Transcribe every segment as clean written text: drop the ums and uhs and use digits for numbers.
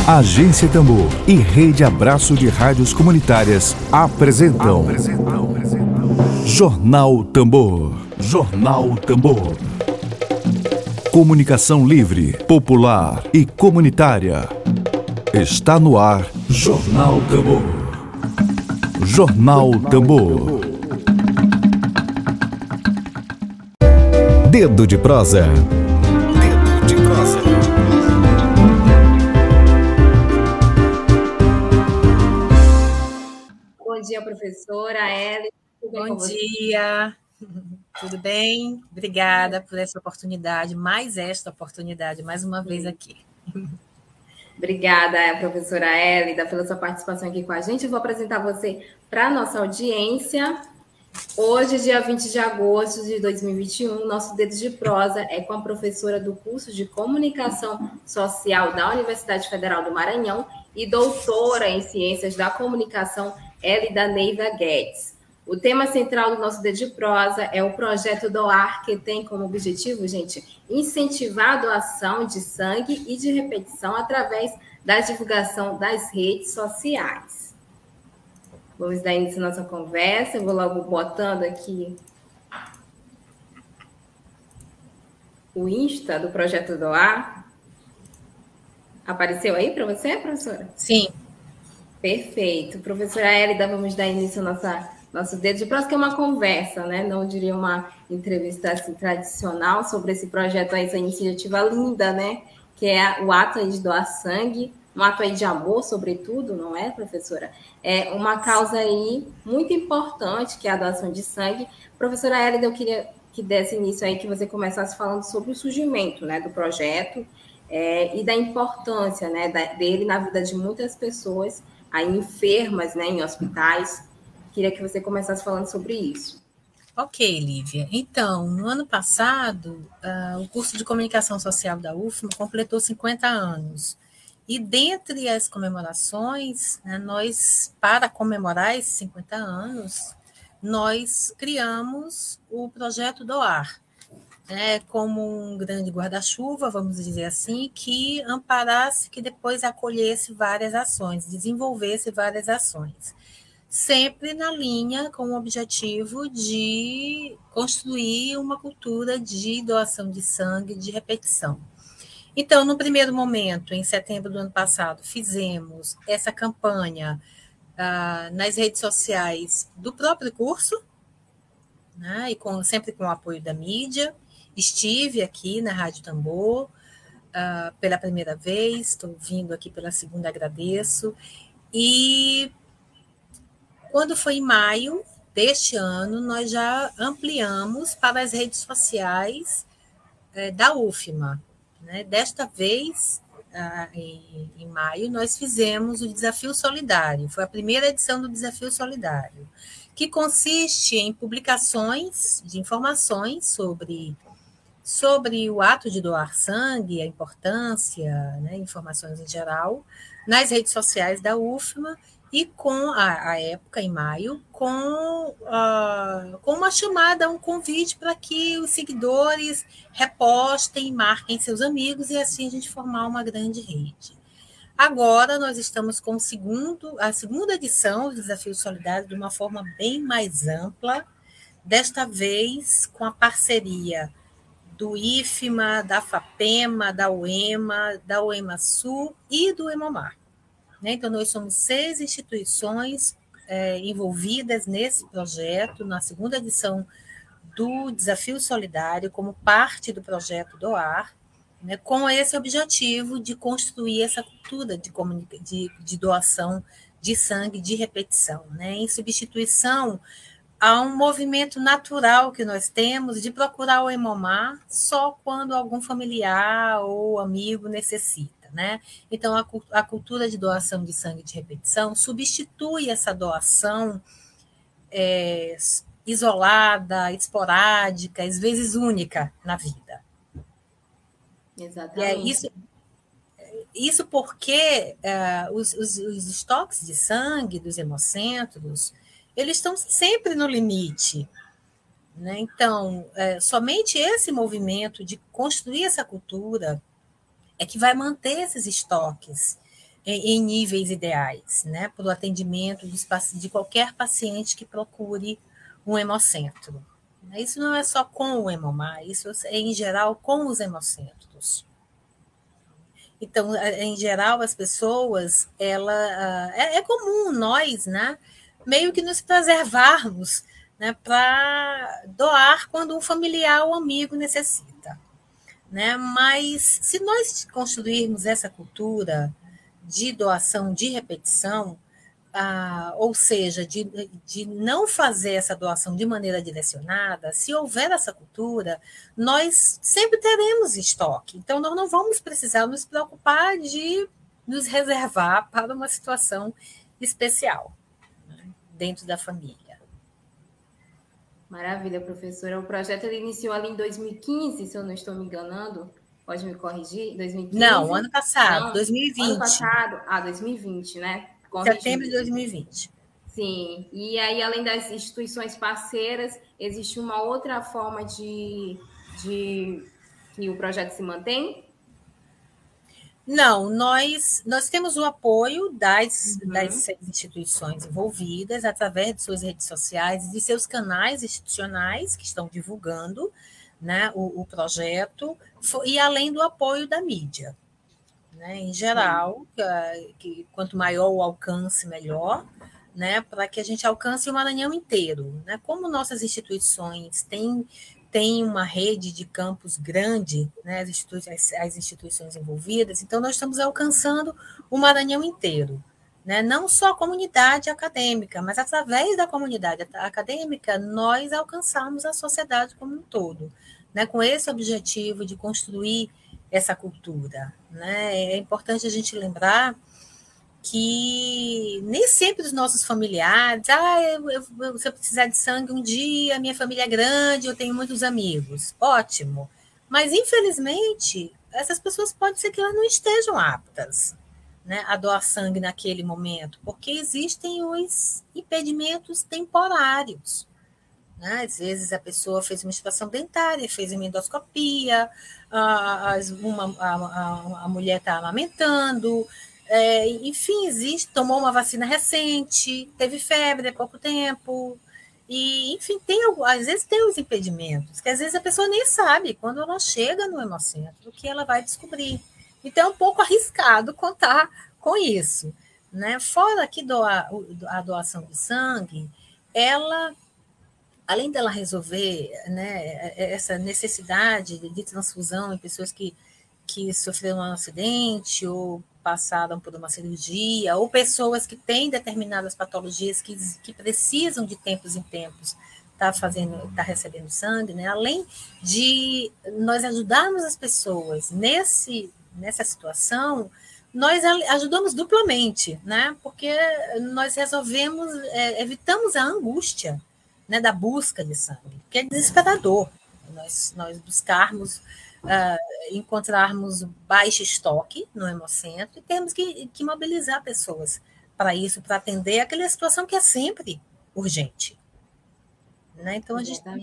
Agência Tambor e Rede Abraço de Rádios Comunitárias apresentam Jornal Tambor. Jornal Tambor. Comunicação livre, popular e comunitária. Está no ar Jornal Tambor. Jornal Tambor. Dedo de prosa. Dedo de prosa. Bom dia, professora Ellen. Bom dia, tudo bem? Obrigada por essa oportunidade, mais uma vez aqui. Obrigada, professora Hélida, pela sua participação aqui com a gente. Eu vou apresentar você para a nossa audiência. Hoje, dia 20 de agosto de 2021, nosso Dedo de Prosa é com a professora do curso de Comunicação Social da Universidade Federal do Maranhão e doutora em Ciências da Comunicação, Hélida Neiva Guedes. O tema central do nosso Dedo de Prosa é o projeto Doar, que tem como objetivo, gente, incentivar a doação de sangue e de repetição através da divulgação das redes sociais. Vamos dar início à nossa conversa. Eu vou logo botando aqui o Insta do projeto Doar. Apareceu aí para você, professora? Sim. Perfeito. Professora Hélida, vamos dar início ao nosso Dedo de Prosa, que é uma conversa, né? Não diria uma entrevista assim, tradicional sobre esse projeto, essa iniciativa linda, né? Que é o ato aí de doar sangue, um ato aí de amor, sobretudo, não é, professora? É uma causa aí muito importante, que é a doação de sangue. Professora Hélida, eu queria que desse início aí, que você começasse falando sobre o surgimento, né, do projeto e da importância, né, dele na vida de muitas pessoas aí enfermas, né, em hospitais. Queria que você começasse falando sobre isso. Ok, Lívia. Então, no ano passado, o curso de Comunicação Social da UFMA completou 50 anos. E dentre as comemorações, né, para comemorar esses 50 anos, nós criamos o projeto Doar, né, como um grande guarda-chuva, vamos dizer assim, que amparasse, que depois acolhesse várias ações, desenvolvesse várias ações. Sempre na linha com o objetivo de construir uma cultura de doação de sangue, de repetição. Então, no primeiro momento, em setembro do ano passado, fizemos essa campanha nas redes sociais do próprio curso, né, e sempre com o apoio da mídia. Estive aqui na Rádio Tambor pela primeira vez, estou vindo aqui pela segunda, agradeço. E quando foi em maio deste ano, nós já ampliamos para as redes sociais da UFMA. Né? Desta vez, em maio, nós fizemos o Desafio Solidário. Foi a primeira edição do Desafio Solidário, que consiste em publicações de informações sobre o ato de doar sangue, a importância, né, informações em geral, nas redes sociais da UFMA, e com a época, em maio, com uma chamada, um convite para que os seguidores repostem, marquem seus amigos, e assim a gente formar uma grande rede. Agora nós estamos com a segunda edição do Desafio Solidário de uma forma bem mais ampla, desta vez com a parceria do IFMA, da FAPEMA, da UEMA, da UEMA-Sul e do EMOMAR. Então, nós somos 6 instituições envolvidas nesse projeto, na segunda edição do Desafio Solidário, como parte do projeto Doar, né, com esse objetivo de construir essa cultura de doação de sangue, de repetição, né, em substituição a um movimento natural que nós temos de procurar o EMOMAR só quando algum familiar ou amigo necessita. Né? Então, a cultura de doação de sangue de repetição substitui essa doação isolada, esporádica, às vezes única na vida. Exatamente. Isso porque os estoques de sangue dos hemocentros, eles estão sempre no limite. Né? Então, somente esse movimento de construir essa cultura é que vai manter esses estoques em níveis ideais, né, para o atendimento de qualquer paciente que procure um hemocentro. Isso não é só com o hemomar, isso é em geral com os hemocentros. Então, em geral, as pessoas, é comum nós, né, meio que nos preservarmos, né, para doar quando um familiar ou amigo necessita, né? Mas se nós construirmos essa cultura de doação de repetição, ou seja, de não fazer essa doação de maneira direcionada, se houver essa cultura, nós sempre teremos estoque. Então, nós não vamos precisar nos preocupar de nos reservar para uma situação especial, né, dentro da família. Maravilha, professora. O projeto ele iniciou ali em 2015, se eu não estou me enganando. Pode me corrigir? 2015? Não, ano passado, Não, 2020. Ano passado? 2020, né? Setembro de 2020. Sim, e aí, além das instituições parceiras, existe uma outra forma de que o projeto se mantém? Não, nós temos o apoio das instituições envolvidas através de suas redes sociais, de seus canais institucionais que estão divulgando, né, o projeto, e além do apoio da mídia. Né, em geral, que quanto maior o alcance, melhor, né, para que a gente alcance o Maranhão inteiro. Né? Como nossas instituições têm uma rede de campus grande, né, as instituições envolvidas, então nós estamos alcançando o Maranhão inteiro. Né? Não só a comunidade acadêmica, mas através da comunidade acadêmica, nós alcançamos a sociedade como um todo, né, com esse objetivo de construir essa cultura. Né? É importante a gente lembrar que nem sempre os nossos familiares, se eu precisar de sangue um dia, minha família é grande, eu tenho muitos amigos. Ótimo. Mas, infelizmente, essas pessoas pode ser que elas não estejam aptas, né, a doar sangue naquele momento, porque existem os impedimentos temporários. Né? Às vezes a pessoa fez uma extração dentária, fez uma endoscopia, a mulher está amamentando, enfim, tomou uma vacina recente, teve febre há pouco tempo, e, enfim, às vezes tem os impedimentos, que às vezes a pessoa nem sabe, quando ela chega no hemocentro, que ela vai descobrir. Então é um pouco arriscado contar com isso. Né? Fora que a doação de sangue, além dela resolver, né, essa necessidade de transfusão em pessoas que sofreram um acidente ou passaram por uma cirurgia, ou pessoas que têm determinadas patologias que precisam de tempos em tempos tá recebendo sangue, né? Além de nós ajudarmos as pessoas nessa situação, nós ajudamos duplamente, né? Porque nós evitamos a angústia, né, da busca de sangue, que é desesperador. Nós buscarmos, encontrarmos baixo estoque no hemocentro e temos que mobilizar pessoas para isso, para atender aquela situação que é sempre urgente. Né? Então,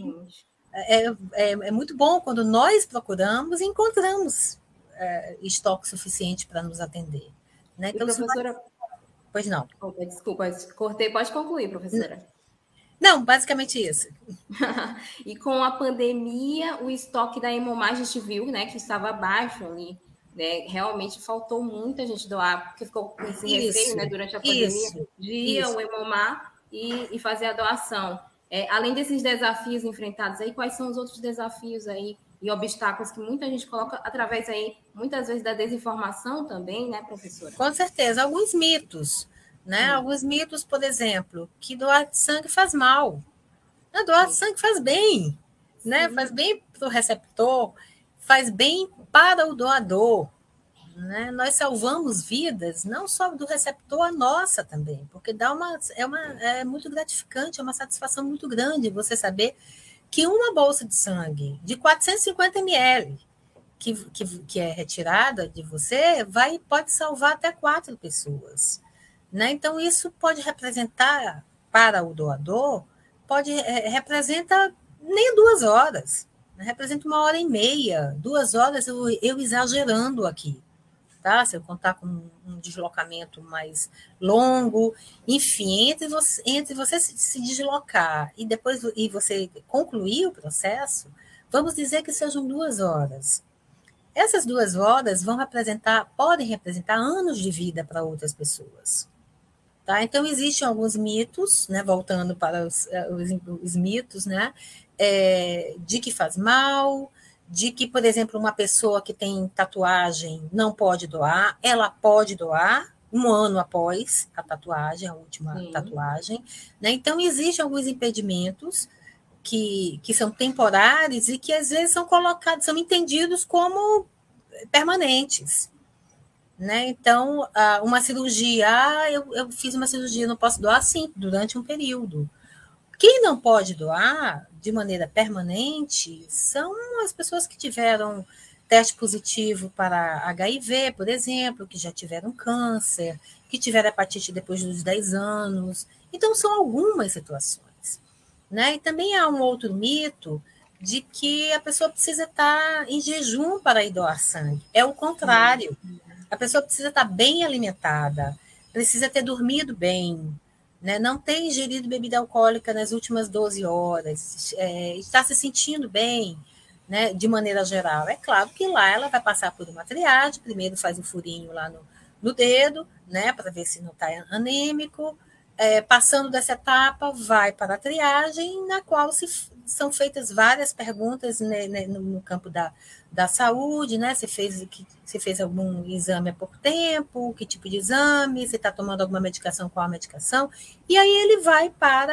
é muito bom quando nós procuramos e encontramos estoque suficiente para nos atender. Né? Então, professora... Pois não. Opa, desculpa, cortei. Pode concluir, professora. Não, basicamente isso. E com a pandemia, o estoque da Hemomar a gente viu, né, que estava baixo ali. Né? Realmente faltou muita gente doar, porque ficou com esse receio, né, durante a pandemia, de ir ao Hemomar e fazer a doação. Além desses desafios enfrentados aí, quais são os outros desafios aí e obstáculos que muita gente coloca através aí, muitas vezes, da desinformação também, né, professora? Com certeza, alguns mitos. Né? Alguns mitos, por exemplo, que doar sangue faz mal. Não, doar sangue faz bem. Né? Faz bem para o receptor, faz bem para o doador. Né? Nós salvamos vidas, não só do receptor, a nossa também, porque é muito gratificante, é uma satisfação muito grande você saber que uma bolsa de sangue de 450 ml que é retirada de você pode salvar até 4 pessoas. Né? Então, isso pode representar, para o doador, representa nem 2 horas, né? Representa 1h30, 2 horas, eu exagerando aqui. tá? Se eu contar com um deslocamento mais longo, enfim, entre você se deslocar e depois e você concluir o processo, vamos dizer que sejam 2 horas. Essas 2 horas podem representar anos de vida para outras pessoas. Tá? Então, existem alguns mitos, né, voltando para os mitos, né, de que faz mal, de que, por exemplo, uma pessoa que tem tatuagem não pode doar, ela pode doar 1 ano após a tatuagem, a última tatuagem. Né? Então, existem alguns impedimentos que são temporários e que, às vezes, são entendidos como permanentes. Né? Então, uma cirurgia, eu fiz uma cirurgia, não posso doar? Sim, durante um período. Quem não pode doar de maneira permanente são as pessoas que tiveram teste positivo para HIV, por exemplo, que já tiveram câncer, que tiveram hepatite depois dos 10 anos. Então, são algumas situações. Né? E também há um outro mito de que a pessoa precisa estar em jejum para ir doar sangue. É o contrário. A pessoa precisa estar bem alimentada, precisa ter dormido bem, né? Não ter ingerido bebida alcoólica nas últimas 12 horas, estar se sentindo bem, né? De maneira geral. É claro que lá ela vai passar por uma triagem, primeiro faz o furinho lá no dedo, né? Para ver se não está anêmico. Passando dessa etapa, vai para a triagem, na qual são feitas várias perguntas, né, no campo da saúde, né? Se fez algum exame há pouco tempo, que tipo de exame, se está tomando alguma medicação, qual a medicação, e aí ele vai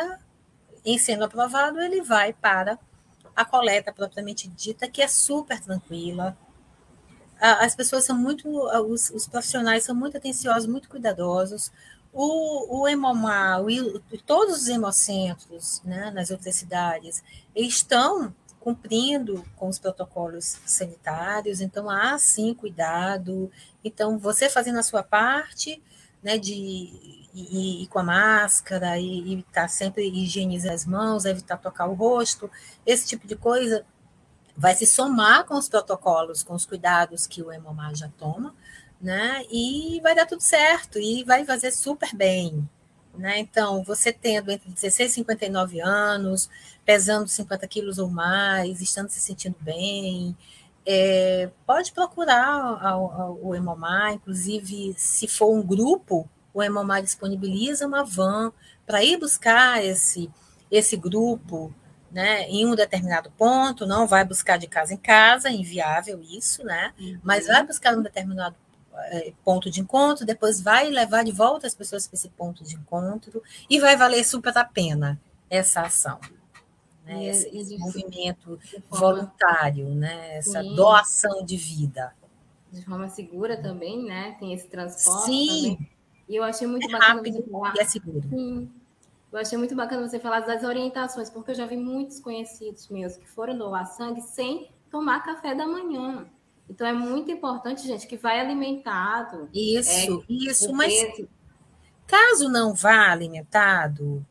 em sendo aprovado, ele vai para a coleta propriamente dita, que é super tranquila. As pessoas são os profissionais são muito atenciosos, muito cuidadosos. O Hemomar, todos os hemocentros, né, nas outras cidades, estão cumprindo com os protocolos sanitários, então há sim cuidado. Então, você fazendo a sua parte, né, de ir com a máscara e estar sempre higienizando as mãos, evitar tocar o rosto, esse tipo de coisa vai se somar com os protocolos, com os cuidados que o Hemomar já toma, né? E vai dar tudo certo, e vai fazer super bem. Né? Então, você tendo entre 16 e 59 anos, pesando 50 quilos ou mais, estando se sentindo bem, pode procurar o Hemomar, inclusive, se for um grupo, o Hemomar disponibiliza uma van para ir buscar esse grupo, né, em um determinado ponto, não vai buscar de casa em casa, é inviável isso, né? Mas vai buscar um determinado ponto de encontro, depois vai levar de volta as pessoas para esse ponto de encontro e vai valer super a pena essa ação, né? Esse movimento voluntário, né? Essa doação de vida. De forma segura também, né? Tem esse transporte. Sim. Também. E eu achei muito bacana rápido você falar. E é seguro. Sim. Eu achei muito bacana você falar das orientações, porque eu já vi muitos conhecidos meus que foram doar sangue sem tomar café da manhã. Então, é muito importante, gente, que vai alimentado. Isso. Mas caso não vá alimentado,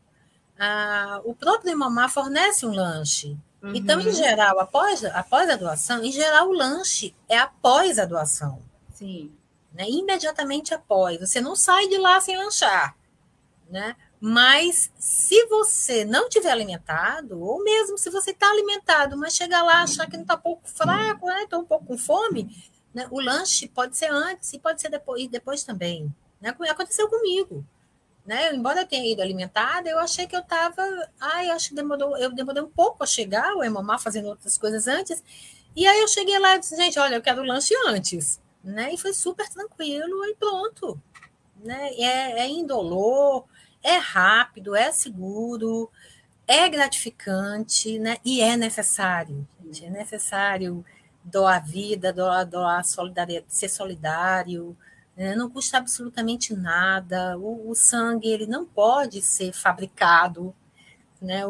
o próprio Hemomar fornece um lanche. Então, em geral, após a doação, em geral, o lanche é após a doação. Sim. Né? Imediatamente após. Você não sai de lá sem lanchar. Né? Mas se você não tiver alimentado, ou mesmo se você está alimentado, mas chegar lá achar que não está um pouco fraco, né? Estou um pouco com fome, né? O lanche pode ser antes e pode ser depois também. Né? Aconteceu comigo. Né? Embora eu tenha ido alimentada, eu achei que eu estava. Eu acho que eu demorei um pouco a chegar, o Hemomar fazendo outras coisas antes. E aí eu cheguei lá e disse, gente, olha, eu quero o lanche antes. Né? E foi super tranquilo e pronto. Né? É indolor. É rápido, é seguro, é gratificante, né? E é necessário, gente. É necessário doar vida, doar solidariedade, ser solidário. Né? Não custa absolutamente nada. O sangue ele não pode ser fabricado. Né?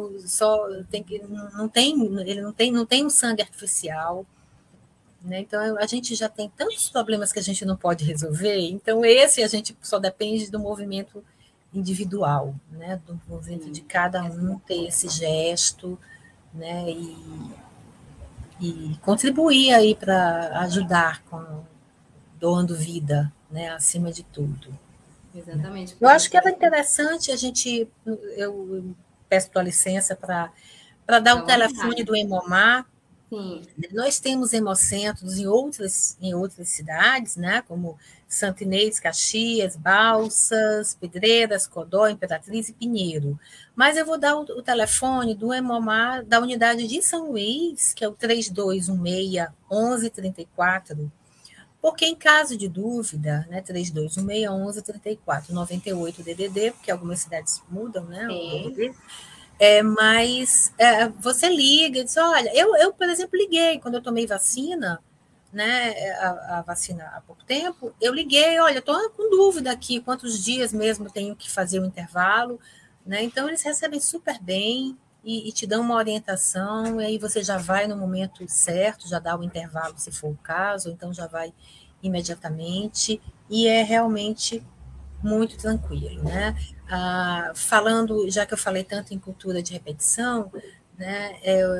Ele não tem um sangue artificial. Né? Então, a gente já tem tantos problemas que a gente não pode resolver. Então, esse a gente só depende do movimento individual, né, do movimento de cada um ter esse gesto, né, e contribuir aí para ajudar doando vida, né, acima de tudo. Exatamente. Eu acho que era interessante eu peço tua licença para dar o telefone do Hemomar. Sim. Nós temos hemocentros em outras cidades, né, como Santo Inês, Caxias, Balsas, Pedreiras, Codó, Imperatriz e Pinheiro. Mas eu vou dar o telefone do Hemomar da unidade de São Luís, que é o 3216-1134, porque em caso de dúvida, né, 3216-1134, 98 DDD, porque algumas cidades mudam, né, o DDD. Mas você liga e diz, olha, eu, por exemplo, liguei quando eu tomei vacina, né, a vacina há pouco tempo, eu liguei, olha, estou com dúvida aqui, quantos dias mesmo tenho que fazer o intervalo, né? Então eles recebem super bem e te dão uma orientação, e aí você já vai no momento certo, já dá o intervalo se for o caso, ou então já vai imediatamente, e é realmente muito tranquilo, né? Falando, já que eu falei tanto em cultura de repetição, né?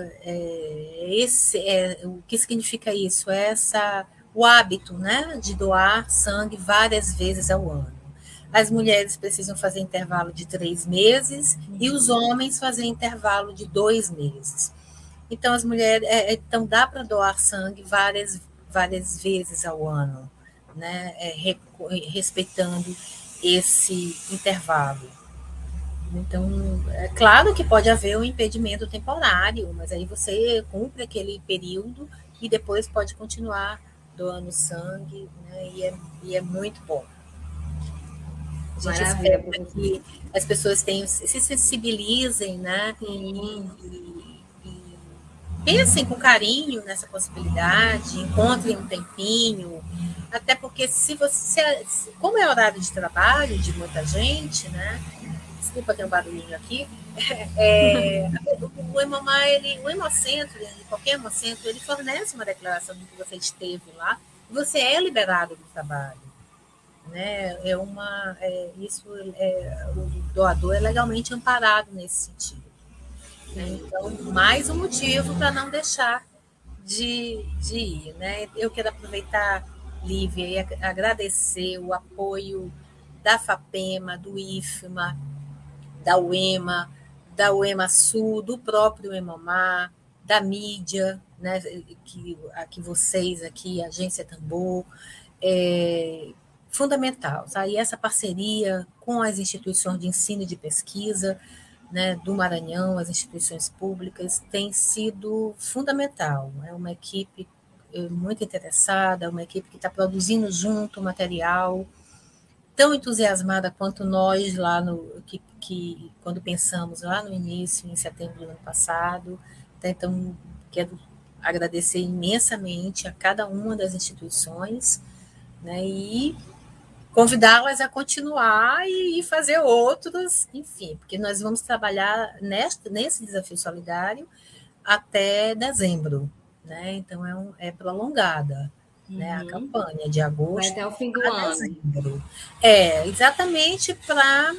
O que significa isso? O hábito, né, de doar sangue várias vezes ao ano. As mulheres precisam fazer intervalo de 3 meses e os homens fazer intervalo de 2 meses. Então, as mulheres, então dá para doar sangue várias vezes ao ano, né? Respeitando esse intervalo. Então, é claro que pode haver um impedimento temporário, mas aí você cumpre aquele período e depois pode continuar doando sangue, né? E é muito bom. A gente espera que as pessoas se sensibilizem, né? E pensem com carinho nessa possibilidade, encontrem um tempinho, até porque como é horário de trabalho de muita gente, né? Desculpa ter um barulhinho aqui. O Hemocentro, qualquer Hemocentro, ele fornece uma declaração de que você esteve lá e você é liberado do trabalho. Né? O doador é legalmente amparado nesse sentido. Então, mais um motivo para não deixar de ir. Né? Eu quero aproveitar, Lívia, e agradecer o apoio da FAPEMA, do IFMA, da UEMA, da UEMA Sul, do próprio Hemomar, da mídia, né, que vocês aqui, a Agência Tambor, fundamental. Tá? E essa parceria com as instituições de ensino e de pesquisa, né, do Maranhão, as instituições públicas, tem sido fundamental. É uma equipe muito interessada, uma equipe que está produzindo junto material, tão entusiasmada quanto nós lá quando pensamos lá no início, em setembro do ano passado. Então, quero agradecer imensamente a cada uma das instituições, né, e convidá-las a continuar e fazer outros, enfim, porque nós vamos trabalhar nesse desafio solidário até dezembro, né? Então é prolongada, né? A campanha de agosto vai até o fim do ano. Dezembro. Exatamente para,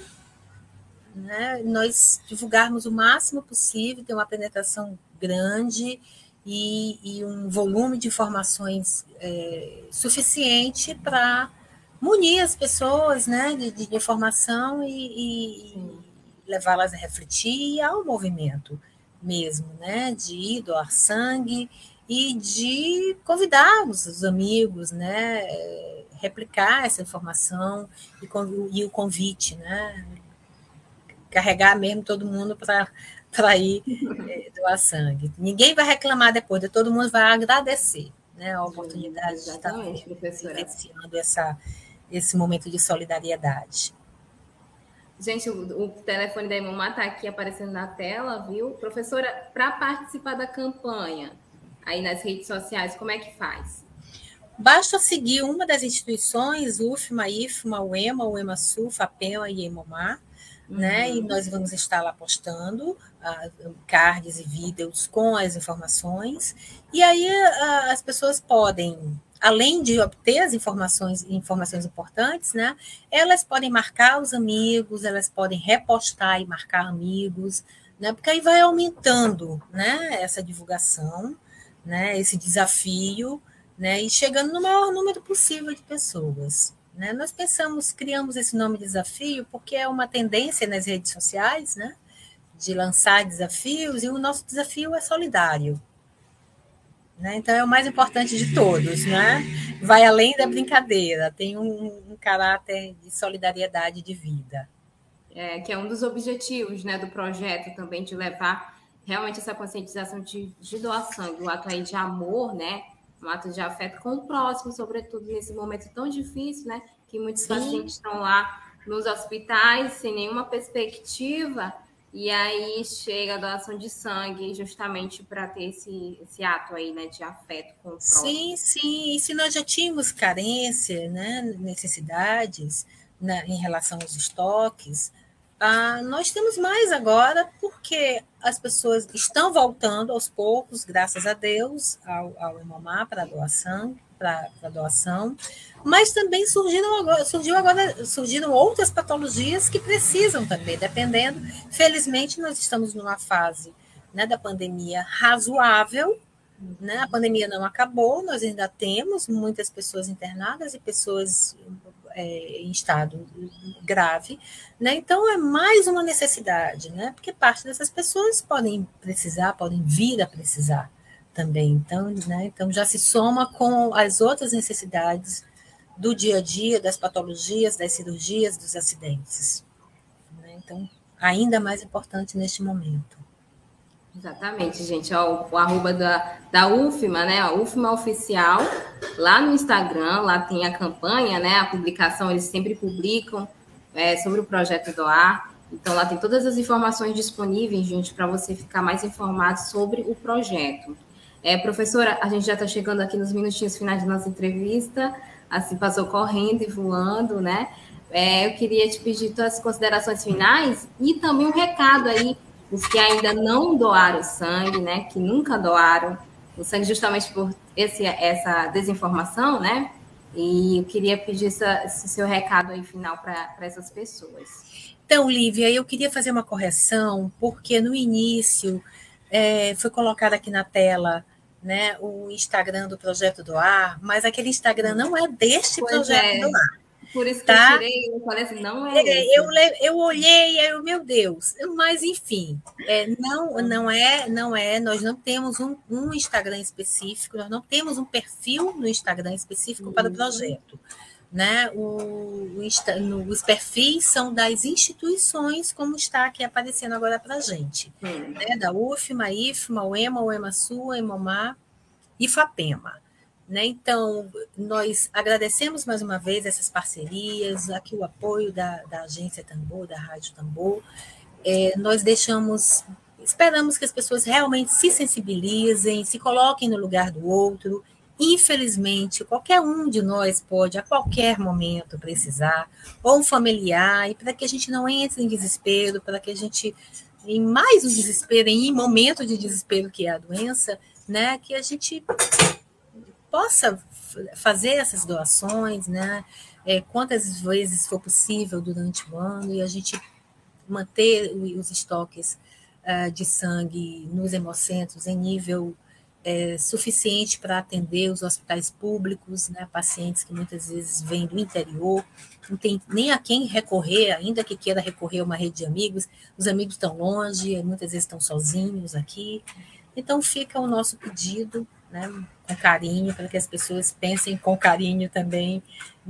né, nós divulgarmos o máximo possível, ter uma penetração grande e um volume de informações suficiente para munir as pessoas, né, de informação e levá-las a refletir ao movimento mesmo, né, de doar sangue e de convidar os amigos, né, replicar essa informação e o convite, né, carregar mesmo todo mundo para ir doar sangue. Ninguém vai reclamar depois, todo mundo vai agradecer, né, a oportunidade de estar vivenciando esse momento de solidariedade. Gente, o telefone da Hemomar está aqui aparecendo na tela, viu? Professora, para participar da campanha, aí nas redes sociais, como é que faz? Basta seguir uma das instituições, UFMA, IFMA, UEMA, UEMA Sul, FAPEMA e Hemomar, né? E nós vamos estar lá postando cards e vídeos com as informações. E aí as pessoas podem, além de obter as informações importantes, né, elas podem marcar os amigos, elas podem repostar e marcar amigos, né, porque aí vai aumentando, né, essa divulgação, né, esse desafio né? E chegando no maior número possível de pessoas. Né? Nós criamos esse nome Desafio porque é uma tendência nas redes sociais, né? De lançar desafios, e o nosso desafio é solidário. Né? Então, é o mais importante de todos, né? Vai além da brincadeira, tem um caráter de solidariedade de vida. Que é um dos objetivos, né, do projeto também, de levar realmente essa conscientização de doar sangue, um ato aí de amor, né? Um ato de afeto com o próximo, sobretudo nesse momento tão difícil, né? Que muitos pacientes estão lá nos hospitais sem nenhuma perspectiva, e aí chega a doação de sangue justamente para ter esse ato aí, né, de afeto com o próximo. Sim. E se nós já tínhamos carência, né, necessidades em relação aos estoques, nós temos mais agora, porque as pessoas estão voltando aos poucos, graças a Deus, ao Hemomar para doação, mas também surgiram outras patologias que precisam também, dependendo. Felizmente, nós estamos numa fase, né, da pandemia razoável, né? A pandemia não acabou, nós ainda temos muitas pessoas internadas e pessoas em estado grave, né? Então é mais uma necessidade, né? Porque parte dessas pessoas podem vir a precisar também. Então, né? Então já se soma com as outras necessidades do dia a dia, das patologias, das cirurgias, dos acidentes. Né? Então, ainda mais importante neste momento. Exatamente, gente. O arroba da UFMA, né? A UFMA Oficial, lá no Instagram, lá tem a campanha, né? A publicação, eles sempre publicam sobre o projeto Doar. Então, lá tem todas as informações disponíveis, gente, para você ficar mais informado sobre o projeto. Professora, a gente já está chegando aqui nos minutinhos finais da nossa entrevista, assim, passou correndo e voando, né? Eu queria te pedir suas considerações finais e também um recado aí, os que ainda não doaram sangue, né, que nunca doaram o sangue justamente por essa desinformação, né? E eu queria pedir esse seu recado aí final para essas pessoas. Então, Lívia, eu queria fazer uma correção, porque no início foi colocado aqui na tela, né, o Instagram do Projeto Doar, mas aquele Instagram não é deste Projeto Doar. Por isso que eu tirei, eu falei assim, não é esse. Eu olhei, meu Deus, mas enfim, não é, nós não temos um Instagram específico, nós não temos um perfil no Instagram específico para o projeto. Né? Os perfis são das instituições, como está aqui aparecendo agora para a gente. Né? Da UFMA, IFMA, o EMASU, Hemomar e FAPEMA. Né? Então, nós agradecemos mais uma vez essas parcerias, aqui o apoio da Agência Tambor, da Rádio Tambor. Nós esperamos que as pessoas realmente se sensibilizem, se coloquem no lugar do outro. Infelizmente, qualquer um de nós pode, a qualquer momento, precisar, ou um familiar, e para que a gente não entre em desespero, para que a gente, em mais um desespero, em momento de desespero que é a doença, né, que a gente possa fazer essas doações, né? Quantas vezes for possível durante o ano, e a gente manter os estoques de sangue nos hemocentros em nível suficiente para atender os hospitais públicos, né? Pacientes que muitas vezes vêm do interior, não tem nem a quem recorrer, ainda que queira recorrer a uma rede de amigos, os amigos estão longe, muitas vezes estão sozinhos aqui. Então fica o nosso pedido, né, com carinho, para que as pessoas pensem com carinho também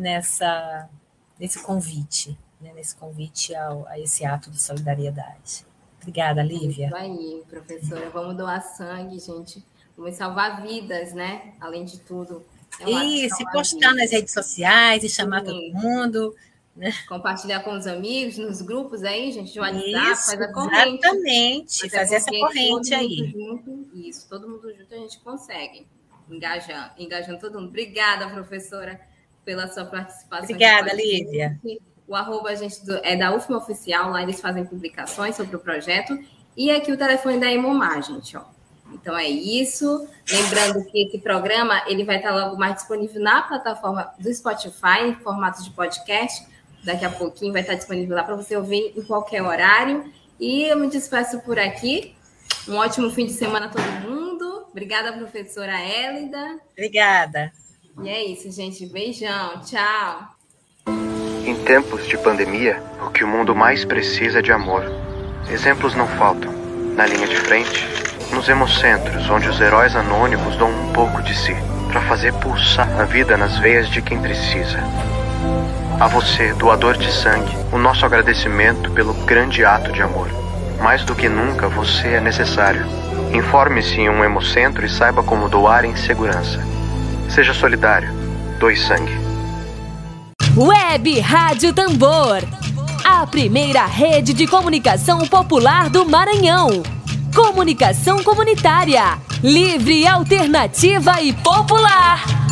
nesse convite, né, nesse convite a esse ato de solidariedade. Obrigada, Lívia. Isso aí, professora. Vamos doar sangue, gente. Vamos salvar vidas, né? Além de tudo. Isso, e postar nas redes sociais, e chamar todo mundo. Né? Compartilhar com os amigos, nos grupos aí, gente, de WhatsApp, faz a corrente. Exatamente, fazer essa corrente aí. Todo mundo junto a gente consegue. Engajando todo mundo. Obrigada, professora, pela sua participação. Obrigada, Lívia. O arroba é da UFMA Oficial, lá eles fazem publicações sobre o projeto. E aqui o telefone da Hemomar, gente, ó. Então é isso. Lembrando que esse programa ele vai estar logo mais disponível na plataforma do Spotify, em formato de podcast. Daqui a pouquinho vai estar disponível lá para você ouvir em qualquer horário. E eu me despeço por aqui. Um ótimo fim de semana a todo mundo. Obrigada, professora Hélida. Obrigada. E é isso, gente. Beijão. Tchau. Em tempos de pandemia, o que o mundo mais precisa é de amor. Exemplos não faltam. Na linha de frente, nos hemocentros, onde os heróis anônimos dão um pouco de si, para fazer pulsar a vida nas veias de quem precisa. A você, doador de sangue, o nosso agradecimento pelo grande ato de amor. Mais do que nunca, você é necessário. Informe-se em um hemocentro e saiba como doar em segurança. Seja solidário. Doe sangue. Web Rádio Tambor, a primeira rede de comunicação popular do Maranhão. Comunicação comunitária, livre, alternativa e popular.